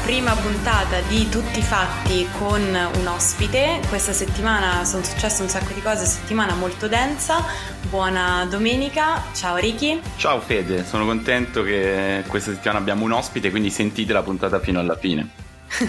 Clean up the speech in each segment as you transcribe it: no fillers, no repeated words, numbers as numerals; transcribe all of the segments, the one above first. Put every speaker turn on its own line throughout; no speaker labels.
prima puntata di Tutti Fatti con un ospite. Questa settimana sono successe un sacco di cose, settimana molto densa. Buona domenica, ciao Ricky.
Ciao Fede, sono contento che questa settimana abbiamo un ospite, quindi sentite la puntata fino alla fine.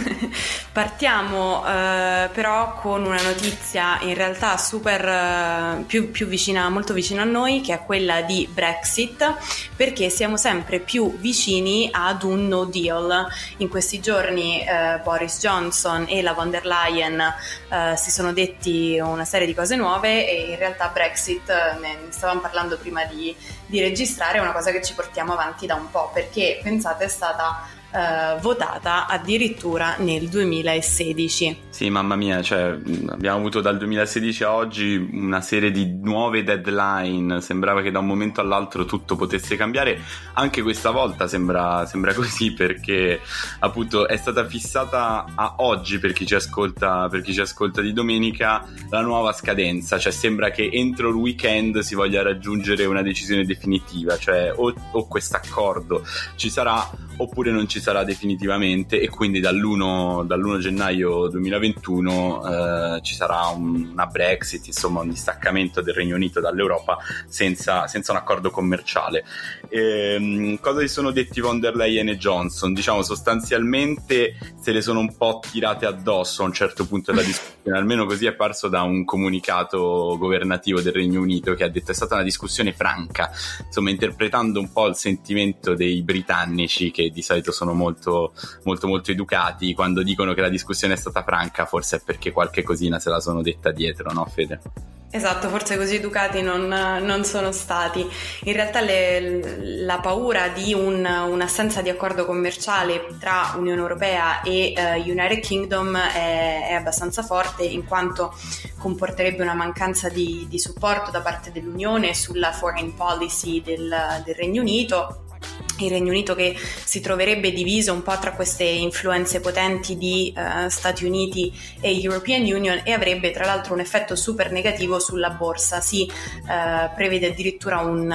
Partiamo però con una notizia in realtà super più vicina, molto vicina a noi, che è quella di Brexit, perché siamo sempre più vicini ad un no deal. In questi giorni Boris Johnson e la von der Leyen si sono detti una serie di cose nuove e in realtà Brexit, ne stavamo parlando prima di registrare, è una cosa che ci portiamo avanti da un po', perché pensate è stata votata addirittura nel 2016.
Sì, mamma mia, cioè abbiamo avuto dal 2016 a oggi una serie di nuove deadline, sembrava che da un momento all'altro tutto potesse cambiare. Anche questa volta sembra così, perché appunto è stata fissata a oggi, per chi ci ascolta di domenica, la nuova scadenza, cioè sembra che entro il weekend si voglia raggiungere una decisione definitiva, cioè o quest'accordo ci sarà oppure non ci sarà definitivamente, e quindi dall'1 gennaio 2021 ci sarà una Brexit, insomma un distaccamento del Regno Unito dall'Europa senza un accordo commerciale. Cosa si sono detti von der Leyen e Johnson? Diciamo sostanzialmente se le sono un po' tirate addosso a un certo punto della discussione, almeno così è parso da un comunicato governativo del Regno Unito, che ha detto è stata una discussione franca, insomma interpretando un po' il sentimento dei britannici, che di solito sono molto educati. Quando dicono che la discussione è stata franca, forse è perché qualche cosina se la sono detta dietro, no Fede?
Esatto, forse così educati non sono stati. In realtà la paura di un'assenza di accordo commerciale tra Unione Europea e United Kingdom è abbastanza forte, in quanto comporterebbe una mancanza di supporto da parte dell'Unione sulla foreign policy del Regno Unito. Il Regno Unito che si troverebbe diviso un po' tra queste influenze potenti di Stati Uniti e European Union, e avrebbe tra l'altro un effetto super negativo sulla borsa. Si prevede addirittura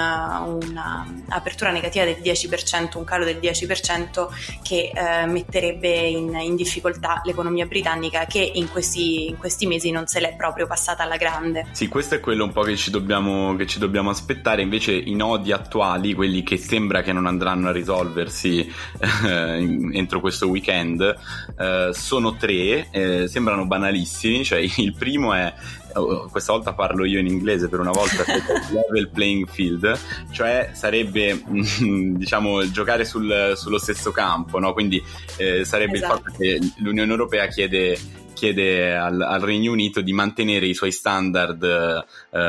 un'apertura negativa del 10%, un calo del 10% che metterebbe in difficoltà l'economia britannica, che in questi mesi non se l'è proprio passata alla grande.
Sì, questo è quello un po' che ci dobbiamo aspettare. Invece i nodi attuali, quelli che sembra che non andranno a risolversi entro questo weekend, sono tre, sembrano banalissimi. Cioè il primo è, questa volta parlo io in inglese per una volta, level playing field, cioè sarebbe diciamo giocare sullo stesso campo, no? Quindi sarebbe
esatto.
Il fatto che l'Unione Europea chiede al Regno Unito di mantenere i suoi standard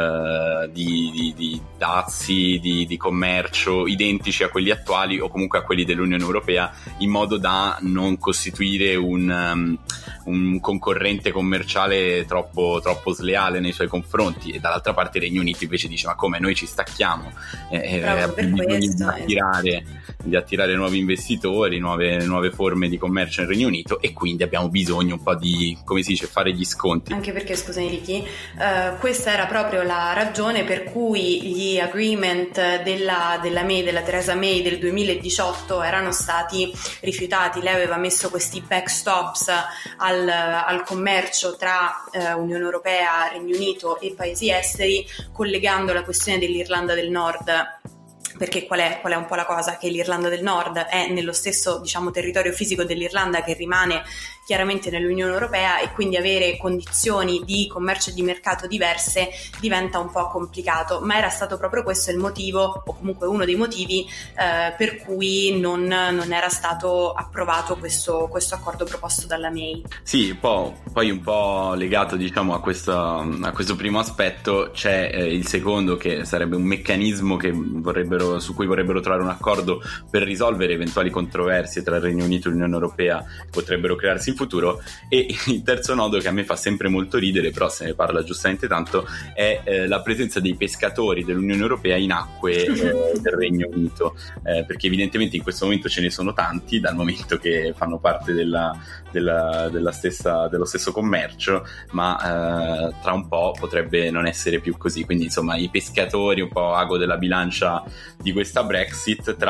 di dazi, di commercio identici a quelli attuali o comunque a quelli dell'Unione Europea, in modo da non costituire un concorrente commerciale troppo sleale nei suoi confronti. E dall'altra parte il Regno Unito invece dice: ma come, noi ci stacchiamo, abbiamo bisogno di attirare nuovi investitori, nuove forme di commercio nel Regno Unito, e quindi abbiamo bisogno un po' di, come si dice, fare gli sconti.
Anche perché, scusami Ricky, questa era proprio la ragione per cui gli agreement della Theresa May del 2018 erano stati rifiutati. Lei aveva messo questi backstops al commercio tra Unione Europea, Regno Unito e paesi esteri, collegando la questione dell'Irlanda del Nord. Perché qual è un po' la cosa? Che l'Irlanda del Nord è nello stesso, diciamo, territorio fisico dell'Irlanda, che rimane chiaramente nell'Unione Europea, e quindi avere condizioni di commercio e di mercato diverse diventa un po' complicato. Ma era stato proprio questo il motivo, o comunque uno dei motivi per cui non era stato approvato questo accordo proposto dalla May.
Sì, poi un po' legato, diciamo, a questo primo aspetto c'è il secondo, che sarebbe un meccanismo su cui vorrebbero trovare un accordo per risolvere eventuali controversie tra il Regno Unito e l'Unione Europea che potrebbero crearsi in futuro. E il terzo nodo, che a me fa sempre molto ridere, però se ne parla giustamente tanto, è la presenza dei pescatori dell'Unione Europea in acque del Regno Unito, perché evidentemente in questo momento ce ne sono tanti, dal momento che fanno parte dello stesso commercio, ma tra un po' potrebbe non essere più così. Quindi insomma i pescatori, un po' ago della bilancia di questa Brexit, tra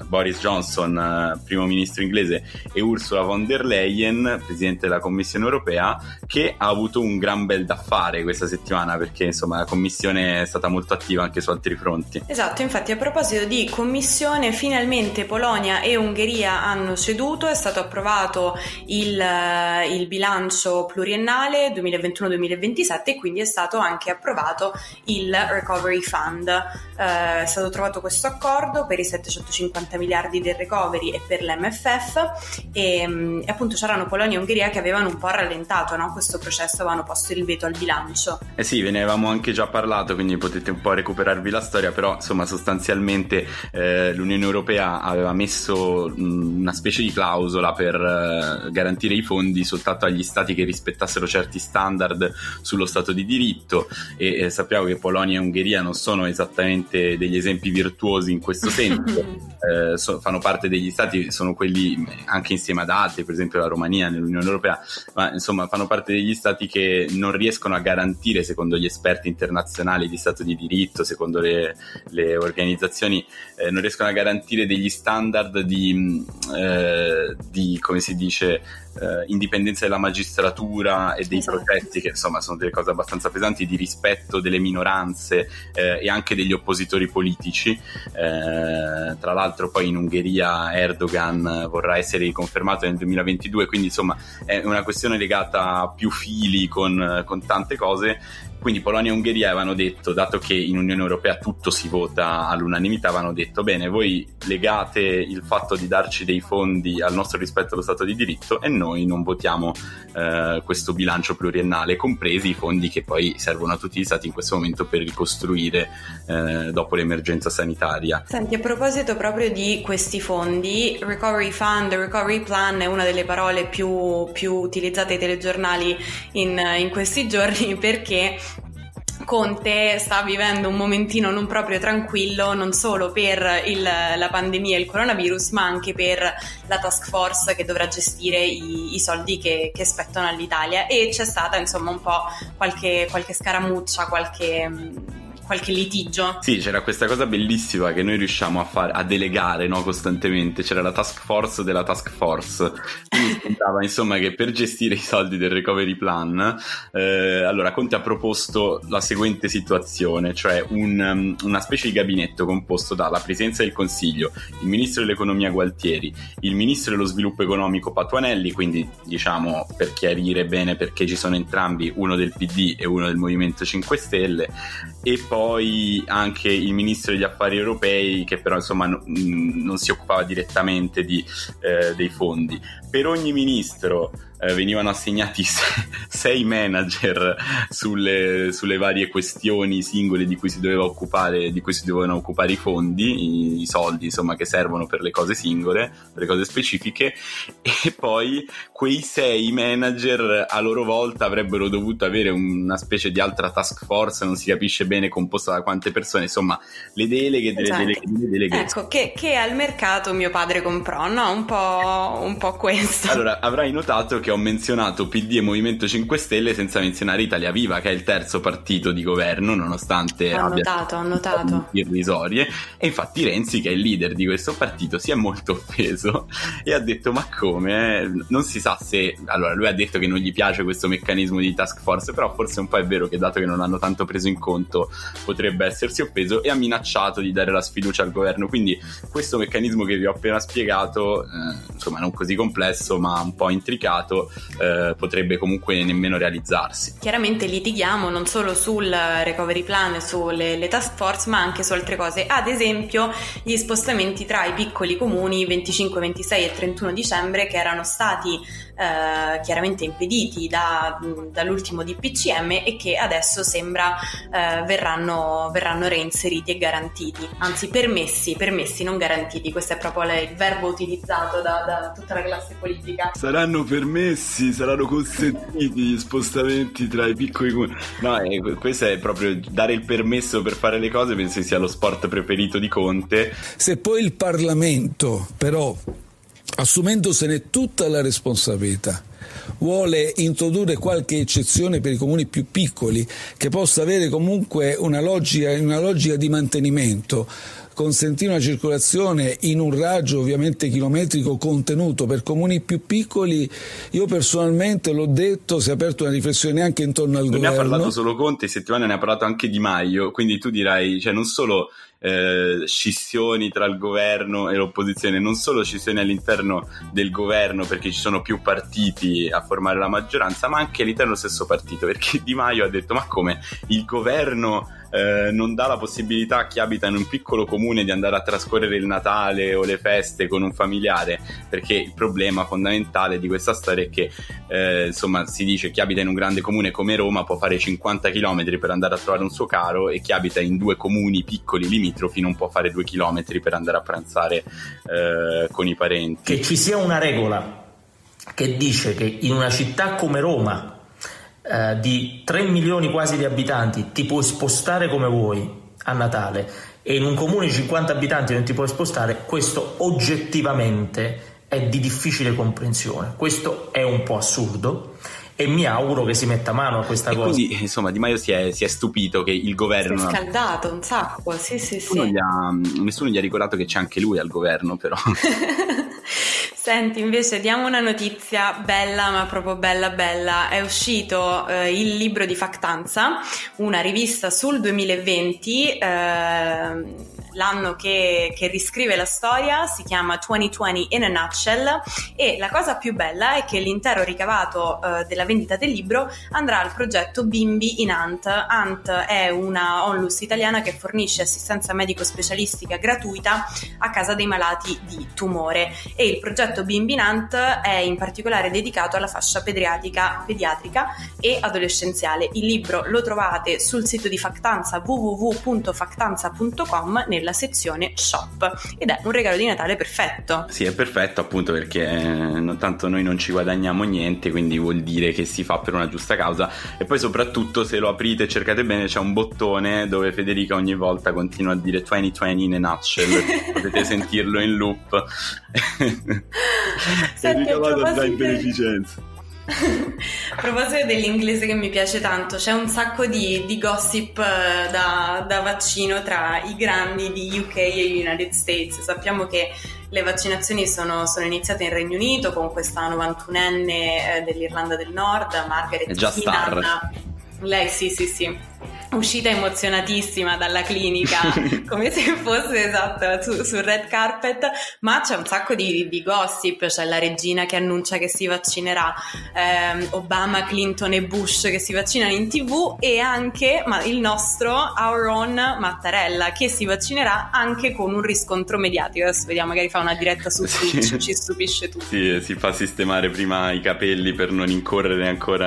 Boris Johnson, primo ministro inglese, e Ursula von der Leyen, presidente della Commissione europea, che ha avuto un gran bel da fare questa settimana, perché insomma la Commissione è stata molto attiva anche su altri fronti.
Esatto, infatti a proposito di Commissione, finalmente Polonia e Ungheria hanno ceduto, è stato approvato il bilancio pluriennale 2021-2027 e quindi è stato anche approvato il Recovery Fund. È stato trovato questo accordo per i 750 miliardi del recovery e per l'MFF e appunto c'erano Polonia e Ungheria che avevano un po' rallentato, no? Questo processo, avevano posto il veto al bilancio.
Sì, ve ne avevamo anche già parlato, quindi potete un po' recuperarvi la storia, però insomma sostanzialmente l'Unione Europea aveva messo una specie di clausola per garantire i fondi soltanto agli stati che rispettassero certi standard sullo Stato di diritto e sappiamo che Polonia e Ungheria non sono esattamente degli esempi virtuosi in questo senso. Fanno parte degli stati, sono quelli anche insieme ad altri, per esempio la Romania nell'Unione Europea, ma insomma fanno parte degli stati che non riescono a garantire, secondo gli esperti internazionali di Stato di diritto, secondo le organizzazioni, non riescono a garantire degli standard di come si dice, indipendenza della magistratura e dei processi, che insomma sono delle cose abbastanza pesanti, di rispetto delle minoranze e anche degli oppositori politici. Tra l'altro poi in Ungheria Erdogan vorrà essere riconfermato nel 2022, quindi insomma è una questione legata a più fili con tante cose. Quindi Polonia e Ungheria avevano detto, dato che in Unione Europea tutto si vota all'unanimità, avevano detto bene, voi legate il fatto di darci dei fondi al nostro rispetto allo Stato di diritto e noi non votiamo questo bilancio pluriennale, compresi i fondi che poi servono a tutti gli stati in questo momento per ricostruire dopo l'emergenza sanitaria.
Senti, a proposito proprio di questi fondi, Recovery Fund, Recovery Plan è una delle parole più utilizzate ai telegiornali in questi giorni, perché Conte sta vivendo un momentino non proprio tranquillo, non solo per la pandemia e il coronavirus, ma anche per la task force che dovrà gestire i soldi che spettano all'Italia, e c'è stata insomma un po' qualche scaramuccia, qualche litigio.
Sì, c'era questa cosa bellissima che noi riusciamo a delegare, no, costantemente. C'era la task force della task force. Quindi sembrava insomma che per gestire i soldi del recovery plan allora Conte ha proposto la seguente situazione, cioè una specie di gabinetto composto dalla Presidenza del Consiglio, il Ministro dell'Economia Gualtieri, il Ministro dello Sviluppo Economico Patuanelli, quindi diciamo per chiarire bene perché ci sono entrambi, uno del PD e uno del Movimento 5 Stelle, e poi anche il Ministro degli Affari Europei, che però insomma non si occupava direttamente dei fondi. Per ogni ministro venivano assegnati 6 manager sulle varie questioni singole di cui si dovevano occupare i fondi, i soldi insomma che servono per le cose singole, per le cose specifiche, e poi quei 6 manager a loro volta avrebbero dovuto avere una specie di altra task force, non si capisce bene composta da quante persone, insomma le deleghe delle deleghe.
Ecco, che al mercato mio padre comprò, no? Un po' questo.
Allora, avrai notato che ho menzionato PD e Movimento 5 Stelle senza menzionare Italia Viva, che è il terzo partito di governo, nonostante
ho notato
irrisorie, e infatti Renzi, che è il leader di questo partito, si è molto offeso e ha detto ma come? Non si sa se... Allora, lui ha detto che non gli piace questo meccanismo di task force, però forse un po' è vero che dato che non hanno tanto preso in conto potrebbe essersi offeso, e ha minacciato di dare la sfiducia al governo. Quindi questo meccanismo che vi ho appena spiegato, insomma non così complesso ma un po' intricato, potrebbe comunque nemmeno realizzarsi.
Chiaramente litighiamo non solo sul recovery plan e sulle task force, ma anche su altre cose, ad esempio gli spostamenti tra i piccoli comuni 25, 26 e 31 dicembre che erano stati chiaramente impediti dall'ultimo DPCM e che adesso sembra verranno reinseriti e garantiti, anzi permessi, non garantiti. Questo è proprio il verbo utilizzato da tutta la classe politica.
Saranno permessi, saranno consentiti gli spostamenti tra i piccoli comuni. No, questo è proprio dare il permesso per fare le cose, penso sia lo sport preferito di Conte.
Se poi il Parlamento però, assumendosene tutta la responsabilità, vuole introdurre qualche eccezione per i comuni più piccoli che possa avere comunque una logica di mantenimento, consentire una circolazione in un raggio ovviamente chilometrico contenuto. Per comuni più piccoli, io personalmente l'ho detto, si è aperta una riflessione anche intorno al governo.
Non ne ha parlato solo Conte, settimana ne ha parlato anche Di Maio, quindi tu dirai, cioè non solo scissioni tra il governo e l'opposizione, non solo scissioni all'interno del governo perché ci sono più partiti a formare la maggioranza, ma anche all'interno dello stesso partito, perché Di Maio ha detto: ma come, il governo non dà la possibilità a chi abita in un piccolo comune di andare a trascorrere il Natale o le feste con un familiare? Perché il problema fondamentale di questa storia è che insomma, si dice chi abita in un grande comune come Roma può fare 50 km per andare a trovare un suo caro, e chi abita in 2 comuni piccoli limitrofi non può fare 2 km per andare a pranzare con i parenti.
Che ci sia una regola che dice che in una città come Roma di 3 milioni quasi di abitanti ti puoi spostare come vuoi a Natale, e in un comune di 50 abitanti non ti puoi spostare, questo oggettivamente è di difficile comprensione. Questo è un po' assurdo e mi auguro che si metta mano a questa cosa.
Quindi insomma Di Maio si è stupito che il governo...
Si è scaldato un sacco, sì.
Nessuno gli ha ricordato che c'è anche lui al governo, però.
Senti, invece diamo una notizia bella, ma proprio bella. È uscito il libro di Factanza, una rivista sul 2020, l'anno che riscrive la storia. Si chiama 2020 in a Nutshell, e la cosa più bella è che l'intero ricavato della vendita del libro andrà al progetto Bimbi in ANT. ANT è una onlus italiana che fornisce assistenza medico-specialistica gratuita a casa dei malati di tumore, e il progetto Bimbi in ANT è in particolare dedicato alla fascia pediatrica e adolescenziale. Il libro lo trovate sul sito di Factanza, www.factanza.com, nella sezione shop, ed è un regalo di Natale perfetto.
Sì, è perfetto, appunto perché tanto noi non ci guadagniamo niente, quindi vuol dire che si fa per una giusta causa. E poi soprattutto, se lo aprite e cercate bene, c'è un bottone dove Federica ogni volta continua a dire 2020 in a nutshell. Potete sentirlo in loop.
Senti,
e ricavato da beneficenza.
A proposito dell'inglese, che mi piace tanto, c'è un sacco di gossip da vaccino tra i grandi di UK e United States. Sappiamo che le vaccinazioni sono iniziate in Regno Unito con questa 91enne dell'Irlanda del Nord, Margaret Keenan. Lei sì, uscita emozionatissima dalla clinica come se fosse, esatto, sul red carpet. Ma c'è un sacco di gossip. C'è la regina che annuncia che si vaccinerà, Obama, Clinton e Bush che si vaccinano in TV, e anche il nostro our own Mattarella che si vaccinerà anche con un riscontro mediatico. Adesso vediamo, magari fa una diretta su Twitch, ci stupisce tutti.
Sì, si fa sistemare prima i capelli per non incorrere ancora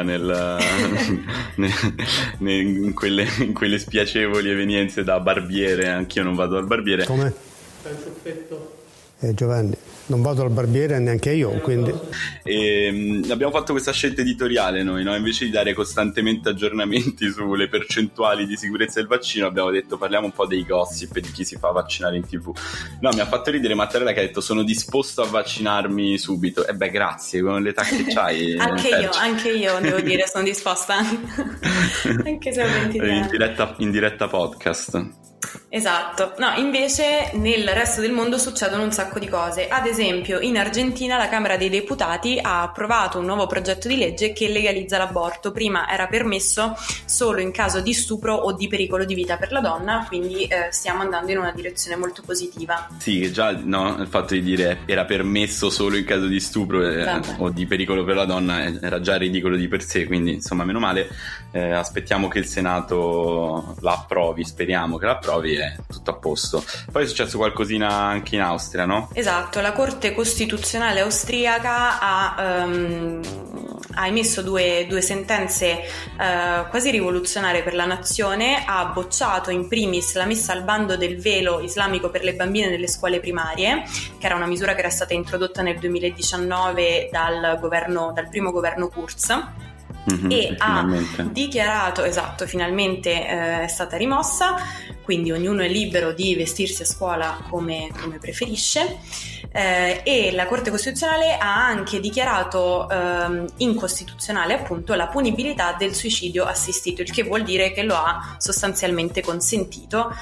in quelle spiacevoli evenienze da barbiere. Anch'io non vado al barbiere.
Come? Giovanni, non vado al barbiere neanche io, quindi.
Abbiamo fatto questa scelta editoriale noi, no? Invece di dare costantemente aggiornamenti sulle percentuali di sicurezza del vaccino, abbiamo detto parliamo un po' dei gossip di chi si fa vaccinare in TV. No, mi ha fatto ridere Mattarella che ha detto sono disposto a vaccinarmi subito. E beh, grazie, con l'età che c'hai.
anche io devo dire sono disposta anche se ho 23 anni.
In diretta podcast.
Esatto. No, invece nel resto del mondo succedono un sacco di cose. Ad esempio, in Argentina la Camera dei Deputati ha approvato un nuovo progetto di legge che legalizza l'aborto. Prima era permesso solo in caso di stupro o di pericolo di vita per la donna, quindi stiamo andando in una direzione molto positiva. Sì,
già no, il fatto di dire era permesso solo in caso di stupro o di pericolo per la donna era già ridicolo di per sé, quindi insomma meno male. Aspettiamo che il Senato la approvi, speriamo che la approvi, è tutto a posto. Poi è successo qualcosina anche in Austria, no?
Esatto, la Corte Costituzionale austriaca ha emesso due sentenze quasi rivoluzionarie per la nazione. Ha bocciato in primis la messa al bando del velo islamico per le bambine nelle scuole primarie, che era una misura che era stata introdotta nel 2019 dal primo governo Kurz. E ha dichiarato, esatto, finalmente è stata rimossa, quindi ognuno è libero di vestirsi a scuola come preferisce, e la Corte Costituzionale ha anche dichiarato incostituzionale appunto la punibilità del suicidio assistito, il che vuol dire che lo ha sostanzialmente consentito,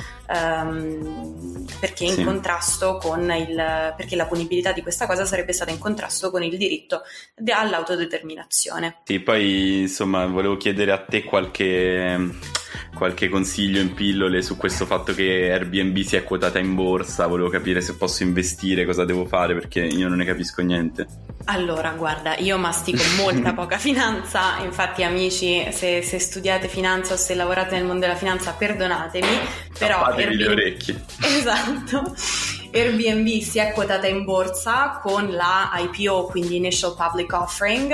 perché in contrasto con perché la punibilità di questa cosa sarebbe stata in contrasto con il diritto all'autodeterminazione.
Sì, poi insomma volevo chiedere a te qualche consiglio in pillole su questo fatto che Airbnb si è quotata in borsa. Volevo capire se posso investire, cosa devo fare, perché io non ne capisco niente.
Allora, guarda, io mastico molta poca finanza, infatti amici, se studiate finanza o se lavorate nel mondo della finanza, perdonatemi, però
tappatevi le orecchie.
Esatto. Airbnb si è quotata in borsa con la IPO, quindi Initial Public Offering.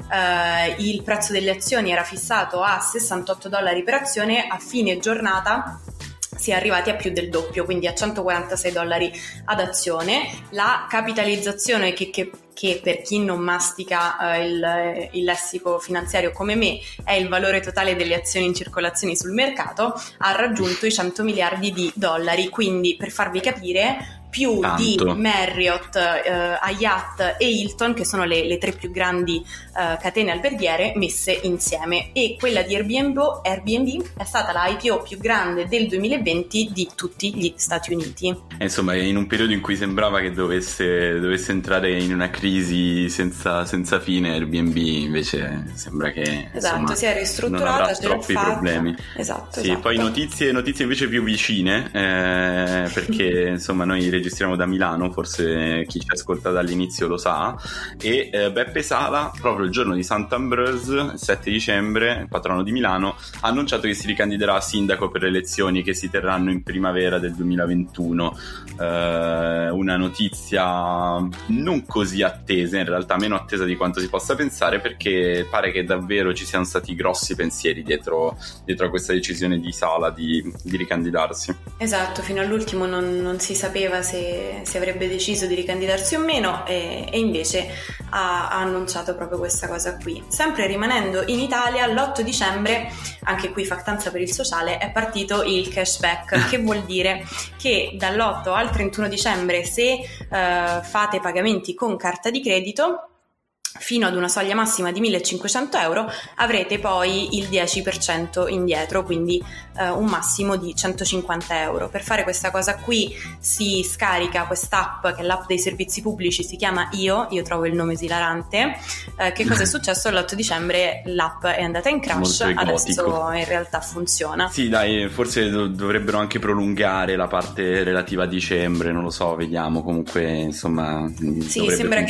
Il prezzo delle azioni era fissato a $68 per azione, a fine giornata si è arrivati a più del doppio, quindi a $146 ad azione. La capitalizzazione che per chi non mastica il lessico finanziario come me è il valore totale delle azioni in circolazione sul mercato, ha raggiunto i $100 miliardi, quindi per farvi capire più
tanto
di Marriott, Hyatt e Hilton, che sono le tre più grandi catene alberghiere messe insieme, e quella di Airbnb è stata la IPO più grande del 2020 di tutti gli Stati Uniti.
Insomma, in un periodo in cui sembrava che dovesse entrare in una crisi senza fine, Airbnb invece sembra che insomma,
si è ristrutturata,
non avrà troppi problemi.
Esatto.
Poi notizie invece più vicine, perché insomma noi registriamo da Milano, forse chi ci ascolta dall'inizio lo sa, e Beppe Sala proprio il giorno di Sant'Ambrose, il 7 dicembre, il patrono di Milano, ha annunciato che si ricandiderà a sindaco per le elezioni che si terranno in primavera del 2021. Una notizia non così attesa, in realtà meno attesa di quanto si possa pensare, perché pare che davvero ci siano stati grossi pensieri dietro a questa decisione di Sala di ricandidarsi.
Esatto, fino all'ultimo non si sapeva se avrebbe deciso di ricandidarsi o meno, e invece ha annunciato proprio questa cosa qui. Sempre rimanendo in Italia, l'8 dicembre, anche qui fattanza per il sociale, è partito il cashback, che vuol dire che dall'8 al 31 dicembre se fate pagamenti con carta di credito fino ad una soglia massima di €1.500 avrete poi il 10% indietro, quindi un massimo di €150. Per fare questa cosa qui si scarica quest'app, che è l'app dei servizi pubblici, si chiama Io trovo il nome esilarante. Che cosa è successo? L'8 dicembre l'app è andata in crash, adesso in realtà funziona.
Sì, dai, forse dovrebbero anche prolungare la parte relativa a dicembre, non lo so, vediamo. Comunque insomma
sì, sembra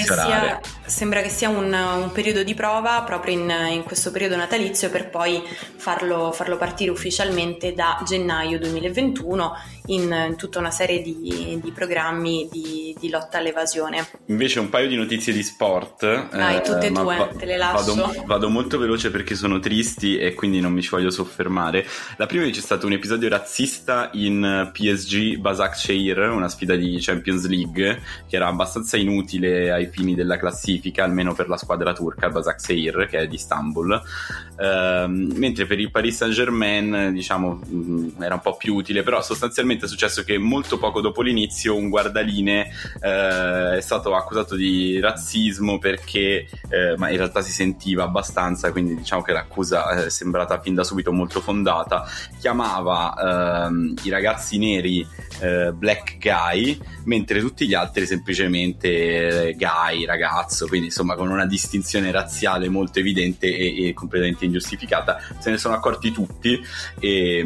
che sia un periodo di prova proprio in questo periodo natalizio, per poi farlo partire ufficialmente da gennaio 2021 in tutta una serie di programmi di lotta all'evasione.
Invece un paio di notizie di sport.
Tutte e due, te le lascio.
Vado molto veloce perché sono tristi e quindi non mi ci voglio soffermare. La prima è che c'è stato un episodio razzista in PSG Başakşehir, una sfida di Champions League che era abbastanza inutile ai fini della classifica, almeno per la squadra turca Başakşehir, che è di Istanbul, mentre per il Paris Saint-Germain diciamo era un po' più utile. Però sostanzialmente è successo che molto poco dopo l'inizio un guardaline è stato accusato di razzismo, perché ma in realtà si sentiva abbastanza, quindi diciamo che l'accusa è sembrata fin da subito molto fondata. Chiamava i ragazzi neri black guy, mentre tutti gli altri semplicemente guy, ragazzo, quindi insomma con una distinzione razziale molto evidente e completamente ingiustificata. Se ne sono accorti tutti, e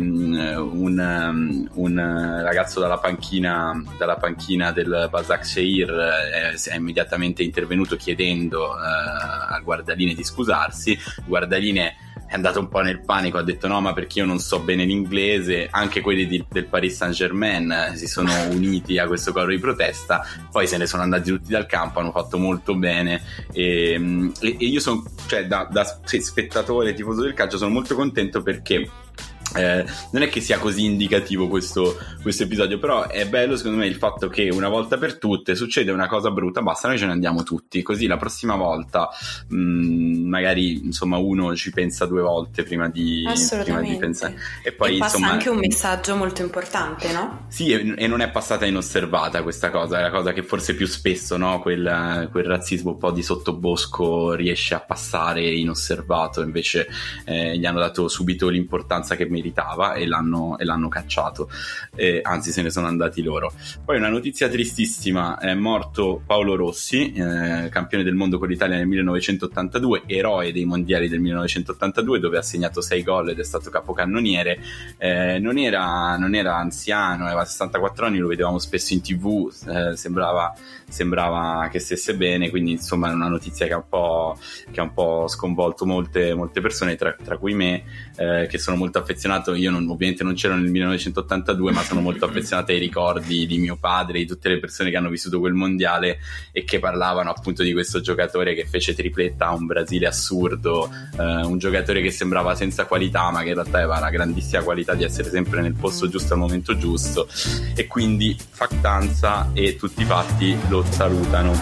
un ragazzo dalla panchina del Başakşehir è immediatamente intervenuto chiedendo al guardaline di scusarsi. Il guardaline è andato un po' nel panico, ha detto no, ma perché io non so bene l'inglese. Anche quelli del Paris Saint-Germain si sono uniti a questo coro di protesta, poi se ne sono andati tutti dal campo, hanno fatto molto bene, e io sono, cioè da spettatore tifoso del calcio, sono molto contento perché non è che sia così indicativo questo episodio, però è bello secondo me il fatto che una volta per tutte succede una cosa brutta, basta, noi ce ne andiamo tutti, così la prossima volta magari insomma uno ci pensa 2 volte prima di pensare, e poi
passa
insomma
anche un messaggio molto importante, no?
Sì, e non è passata inosservata questa cosa, è la cosa che forse più spesso, no, quel razzismo un po' di sottobosco riesce a passare inosservato, invece gli hanno dato subito l'importanza che meritava e l'hanno cacciato, anzi se ne sono andati loro. Poi una notizia tristissima: è morto Paolo Rossi, campione del mondo con l'Italia nel 1982, eroe dei mondiali del 1982 dove ha segnato 6 gol ed è stato capocannoniere. Non era anziano, aveva 64 anni, lo vedevamo spesso in TV, sembrava che stesse bene, quindi insomma è una notizia che ha un po' sconvolto molte persone, tra cui me, che sono molto affezionato. Io ovviamente non c'ero nel 1982, ma sono molto affezionato ai ricordi di mio padre, di tutte le persone che hanno vissuto quel mondiale e che parlavano appunto di questo giocatore che fece tripletta a un Brasile assurdo, un giocatore che sembrava senza qualità ma che in realtà aveva la grandissima qualità di essere sempre nel posto giusto al momento giusto, e quindi Factanza e tutti i fatti lo salutano.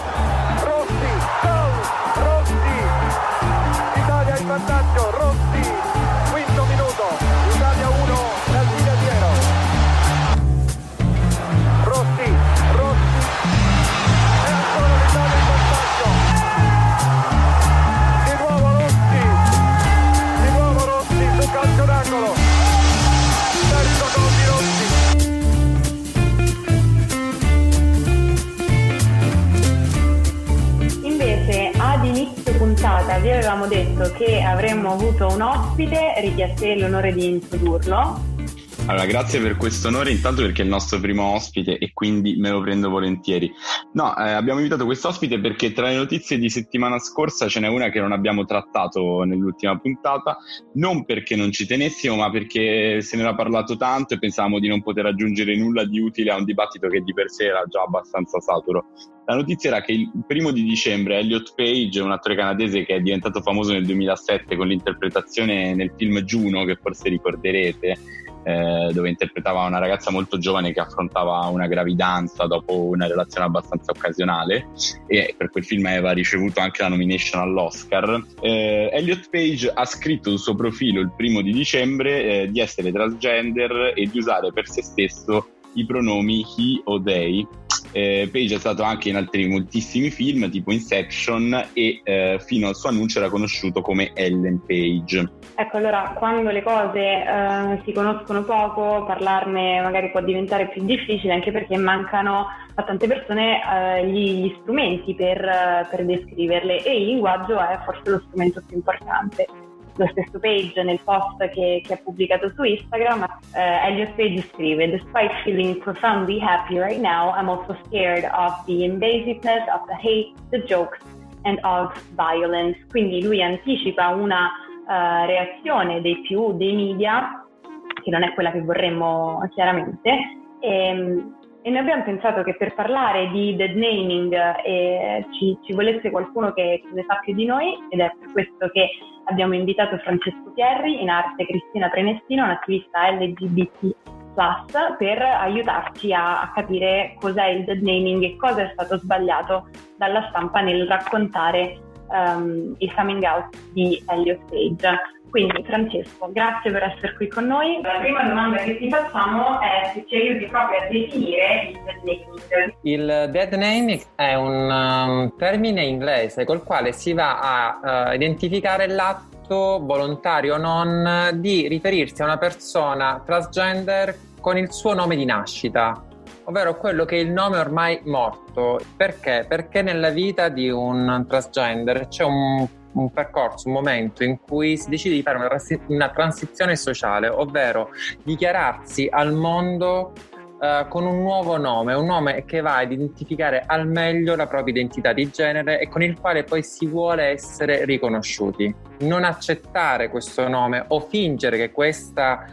Rossi, Italia in vantaggio, Rossi, quinto minuto, Italia 1, Brasile 0. Rossi, e ancora l'Italia in vantaggio. Di nuovo Rossi su calcio d'angolo. Terzo gol di Rossi.
Invece ad inizio puntata vi avevamo detto che avremmo avuto un ospite, richieste l'onore di introdurlo.
Allora, grazie per questo onore, intanto perché è il nostro primo ospite e quindi me lo prendo volentieri. Abbiamo invitato questo ospite perché tra le notizie di settimana scorsa ce n'è una che non abbiamo trattato nell'ultima puntata, non perché non ci tenessimo, ma perché se ne era parlato tanto e pensavamo di non poter aggiungere nulla di utile a un dibattito che di per sé era già abbastanza saturo. La notizia era che il 1 dicembre Elliot Page, un attore canadese che è diventato famoso nel 2007 con l'interpretazione nel film Juno, che forse ricorderete, dove interpretava una ragazza molto giovane che affrontava una gravidanza dopo una relazione abbastanza occasionale, e per quel film aveva ricevuto anche la nomination all'Oscar. Elliot Page ha scritto sul suo profilo il 1 dicembre di essere transgender e di usare per se stesso i pronomi he o they. Page è stato anche in altri moltissimi film tipo Inception e fino al suo annuncio era conosciuto come Ellen Page.
Ecco, allora quando le cose si conoscono poco, parlarne magari può diventare più difficile, anche perché mancano a tante persone gli strumenti per descriverle, e il linguaggio è forse lo strumento più importante. Lo stesso Page nel post che ha pubblicato su Instagram, Elliot Page scrive: "Despite feeling profoundly happy right now, I'm also scared of the invasiveness of the hate, the jokes and of violence." Quindi lui anticipa una reazione dei media, che non è quella che vorremmo chiaramente, e noi abbiamo pensato che per parlare di dead naming ci volesse qualcuno che ne sa più di noi, ed è per questo che abbiamo invitato Francesco Pierri, in arte Cristina Prenestino, un'attivista LGBT+, per aiutarci a capire cos'è il dead naming e cosa è stato sbagliato dalla stampa nel raccontare il coming out di Elliot Page. Quindi Francesco, grazie per essere qui con noi. La prima domanda che ti facciamo è se ci aiuti proprio a definire il dead naming.
Il dead naming è un termine inglese col quale si va a identificare l'atto volontario o non di riferirsi a una persona transgender con il suo nome di nascita, ovvero quello che è il nome ormai morto. Perché? Perché nella vita di un transgender c'è un percorso, un momento in cui si decide di fare una transizione sociale, ovvero dichiararsi al mondo con un nuovo nome, un nome che va ad identificare al meglio la propria identità di genere e con il quale poi si vuole essere riconosciuti. Non accettare questo nome o fingere che questa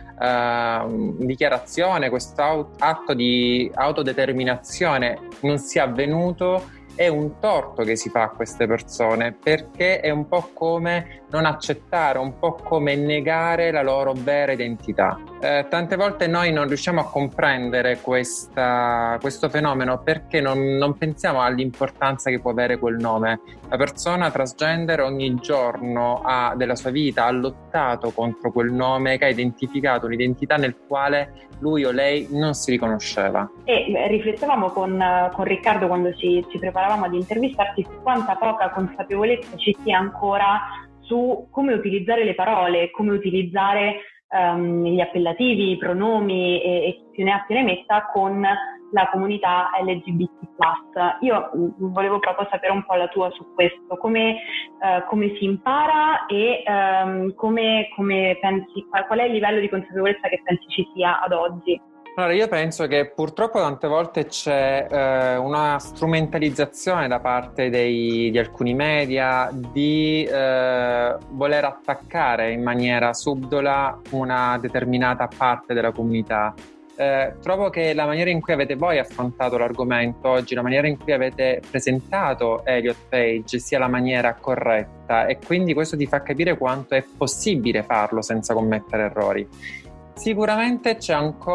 dichiarazione, questo atto di autodeterminazione non sia avvenuto, è un torto che si fa a queste persone, perché è un po' come non accettare, un po' come negare la loro vera identità. Tante volte noi non riusciamo a comprendere questo fenomeno perché non pensiamo all'importanza che può avere quel nome. La persona transgender ogni giorno della sua vita ha lottato contro quel nome, che ha identificato un'identità nel quale lui o lei non si riconosceva.
E riflettevamo con Riccardo quando ci preparavamo ad intervistarti su quanta poca consapevolezza ci sia ancora su come utilizzare le parole, come utilizzare gli appellativi, i pronomi e chi più ne ha più ne metta con la comunità LGBT+. Io volevo proprio sapere un po' la tua su questo, come si impara e come pensi, qual è il livello di consapevolezza che pensi ci sia ad oggi?
Allora, io penso che purtroppo tante volte c'è una strumentalizzazione da parte di alcuni media di voler attaccare in maniera subdola una determinata parte della comunità. Trovo che la maniera in cui avete voi affrontato l'argomento oggi, la maniera in cui avete presentato Elliot Page sia la maniera corretta, e quindi questo ti fa capire quanto è possibile farlo senza commettere errori. Sicuramente c'è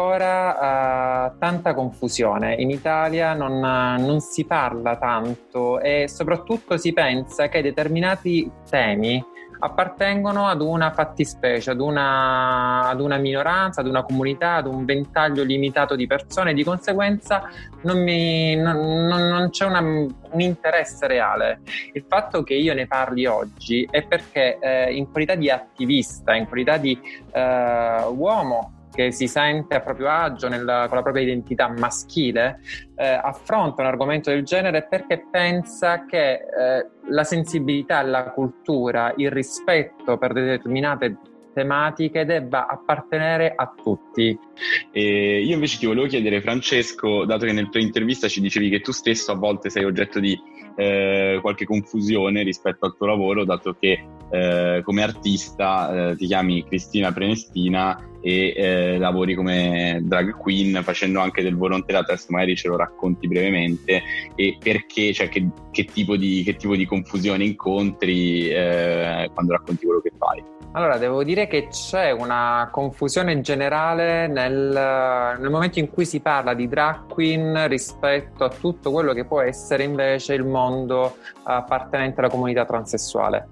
ancora tanta confusione. In Italia non si parla tanto e soprattutto si pensa che determinati temi appartengono ad una fattispecie, ad una minoranza, ad una comunità, ad un ventaglio limitato di persone. Di conseguenza non c'è un interesse reale. Il fatto che io ne parli oggi è perché in qualità di attivista, in qualità di uomo che si sente a proprio agio con la propria identità maschile, affronta un argomento del genere perché pensa che la sensibilità, la cultura, il rispetto per determinate tematiche debba appartenere a tutti.
Io invece ti volevo chiedere, Francesco, dato che nel tuo intervista ci dicevi che tu stesso a volte sei oggetto di qualche confusione rispetto al tuo lavoro, dato che come artista ti chiami Cristina Prenestina e lavori come drag queen facendo anche del volontariato. Adesso magari ce lo racconti brevemente, e perché, cioè che tipo di confusione incontri quando racconti quello che fai.
Allora, devo dire che c'è una confusione generale nel momento in cui si parla di drag queen rispetto a tutto quello che può essere invece il mondo appartenente alla comunità transessuale.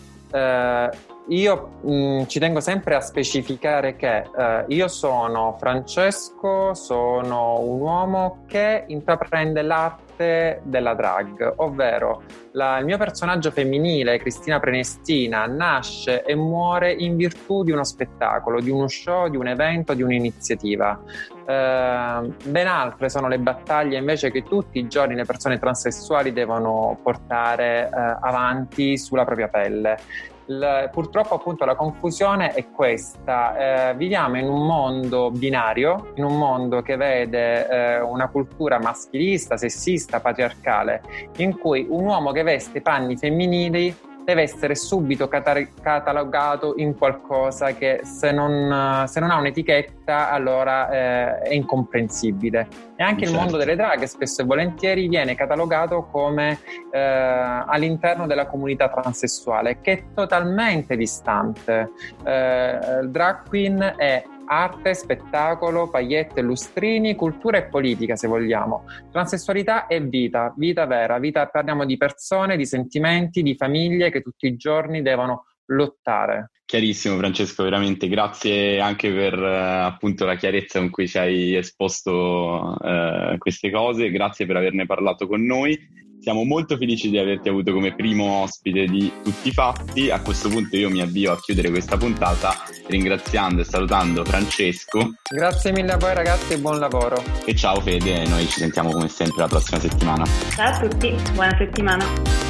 Io ci tengo sempre a specificare che io sono Francesco, sono un uomo che intraprende l'arte della drag, ovvero il mio personaggio femminile, Cristina Prenestina, nasce e muore in virtù di uno spettacolo, di uno show, di un evento, di un'iniziativa. Ben altre sono le battaglie invece che tutti i giorni le persone transessuali devono portare avanti sulla propria pelle. Purtroppo appunto la confusione è questa. Viviamo in un mondo binario, in un mondo che vede una cultura maschilista, sessista, patriarcale, in cui un uomo che veste panni femminili deve essere subito catalogato in qualcosa che se non ha un'etichetta allora è incomprensibile. E anche il mondo delle drag spesso e volentieri viene catalogato come all'interno della comunità transessuale, che è totalmente distante. Drag queen è arte, spettacolo, pagliette, lustrini, cultura e politica, se vogliamo. Transessualità è vita vera, parliamo di persone, di sentimenti, di famiglie che tutti i giorni devono lottare.
Chiarissimo, Francesco, veramente grazie anche per appunto la chiarezza con cui ci hai esposto queste cose, grazie per averne parlato con noi. Siamo molto felici di averti avuto come primo ospite di Tutti i Fatti. A questo punto io mi avvio a chiudere questa puntata ringraziando e salutando Francesco.
Grazie mille a voi ragazzi e buon lavoro.
E ciao Fede, noi ci sentiamo come sempre la prossima settimana.
Ciao a tutti, buona settimana.